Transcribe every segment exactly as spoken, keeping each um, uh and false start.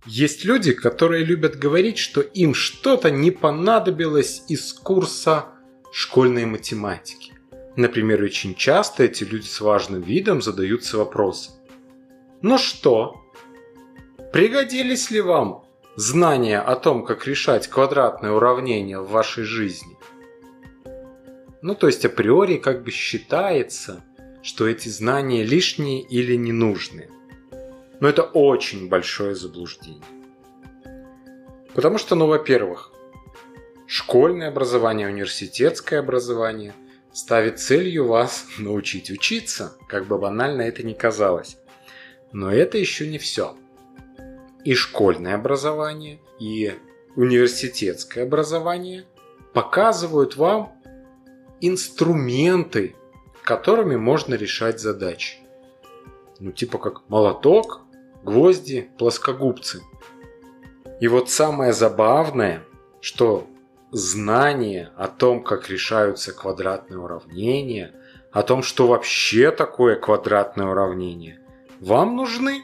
Есть люди, которые любят говорить, что им что-то не понадобилось из курса школьной математики. Например, очень часто эти люди с важным видом задаются вопросом: ну что, пригодились ли вам знания о том, как решать квадратные уравнения в вашей жизни? Ну, то есть априори как бы считается, что эти знания лишние или ненужные. Но это очень большое заблуждение. Потому что, ну, во-первых, школьное образование, университетское образование ставит целью вас научить учиться, как бы банально это ни казалось. Но это еще не все. И школьное образование, и университетское образование показывают вам инструменты, которыми можно решать задачи. Ну, типа как молоток, гвозди, плоскогубцы. И вот самое забавное, что знания о том, как решаются квадратные уравнения, о том, что вообще такое квадратное уравнение, вам нужны.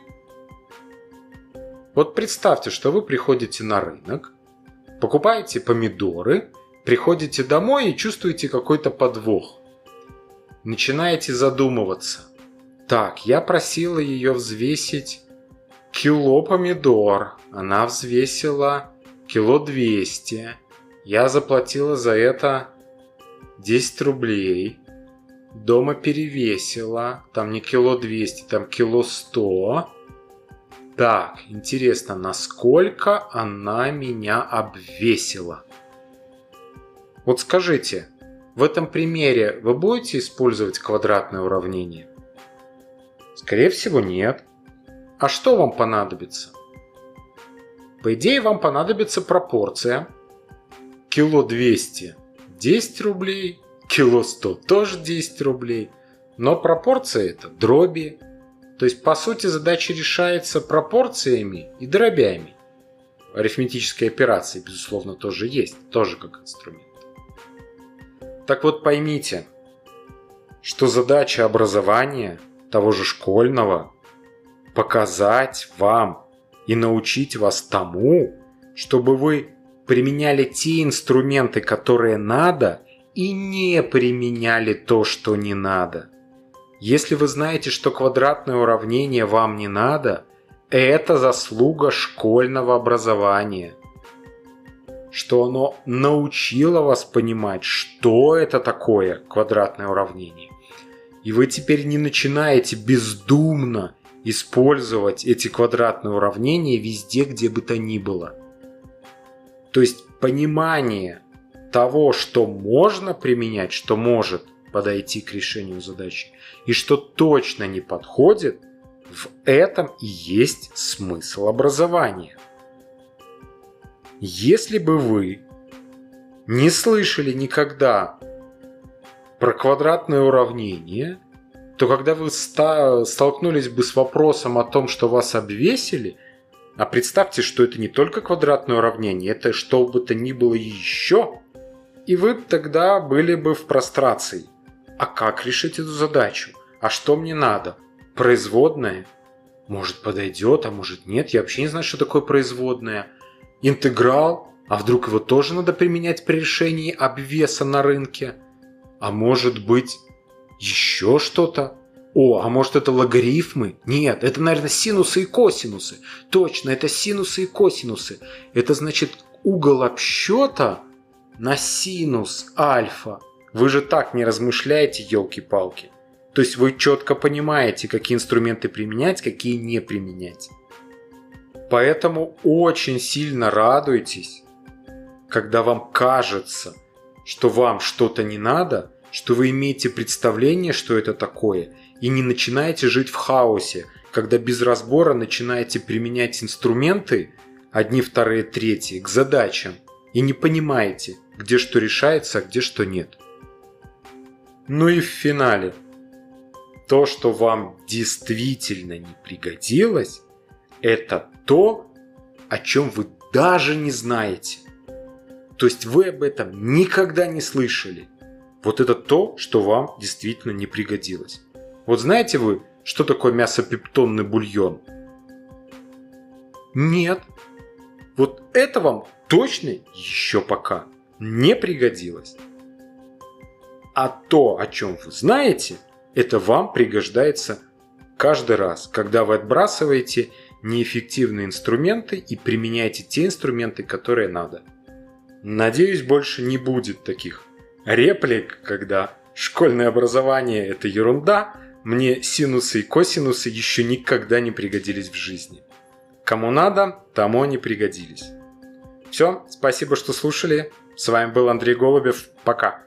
Вот представьте, что вы приходите на рынок, покупаете помидоры, приходите домой и чувствуете какой-то подвох. Начинаете задумываться. Так, я просила ее взвесить кило помидор. Она взвесила кило двести. Я заплатила за это десять рублей. Дома перевесила. Там не кило двести, там кило сто. Так, интересно, насколько она меня обвесила? Вот скажите, в этом примере вы будете использовать квадратное уравнение? Скорее всего, нет. А что вам понадобится? По идее, вам понадобится пропорция. Кило двести – десять рублей, кило сто – тоже десять рублей. Но пропорция – это дроби. То есть, по сути, задача решается пропорциями и дробями. Арифметические операции, безусловно, тоже есть, тоже как инструмент. Так вот, поймите, что задача образования, того же школьного, показать вам и научить вас тому, чтобы вы применяли те инструменты, которые надо, и не применяли то, что не надо. Если вы знаете, что квадратное уравнение вам не надо, это заслуга школьного образования. Что оно научило вас понимать, что это такое квадратное уравнение. И вы теперь не начинаете бездумно использовать эти квадратные уравнения везде, где бы то ни было. То есть понимание того, что можно применять, что может подойти к решению задачи, и что точно не подходит, в этом и есть смысл образования. Если бы вы не слышали никогда про квадратное уравнение, то когда вы ста- столкнулись бы с вопросом о том, что вас обвесили, а представьте, что это не только квадратное уравнение, это что бы то ни было еще, и вы тогда были бы в прострации. А как решить эту задачу? А что мне надо? Производная? Может, подойдет, а может нет. Я вообще не знаю, что такое производная. Интеграл? А вдруг его тоже надо применять при решении обвеса на рынке? А может быть, еще что-то? О, а может это логарифмы? Нет, это, наверное, синусы и косинусы. Точно, это синусы и косинусы. Это значит угол обсчета на синус альфа. Вы же так не размышляете, елки-палки. То есть вы четко понимаете, какие инструменты применять, какие не применять. Поэтому очень сильно радуйтесь, когда вам кажется, что вам что-то не надо, что вы имеете представление, что это такое, и не начинаете жить в хаосе, когда без разбора начинаете применять инструменты, одни, вторые, третьи, к задачам, и не понимаете, где что решается, а где что нет. Ну и в финале. То, что вам действительно не пригодилось, это то, о чем вы даже не знаете. То есть вы об этом никогда не слышали. Вот это то, что вам действительно не пригодилось. Вот знаете вы, что такое мясопептонный бульон? Нет. Вот это вам точно еще пока не пригодилось. А то, о чем вы знаете, это вам пригождается каждый раз, когда вы отбрасываете неэффективные инструменты и применяете те инструменты, которые надо. Надеюсь, больше не будет таких реплик, когда школьное образование – это ерунда, мне синусы и косинусы еще никогда не пригодились в жизни. Кому надо, тому они пригодились. Все, спасибо, что слушали. С вами был Андрей Голубев. Пока.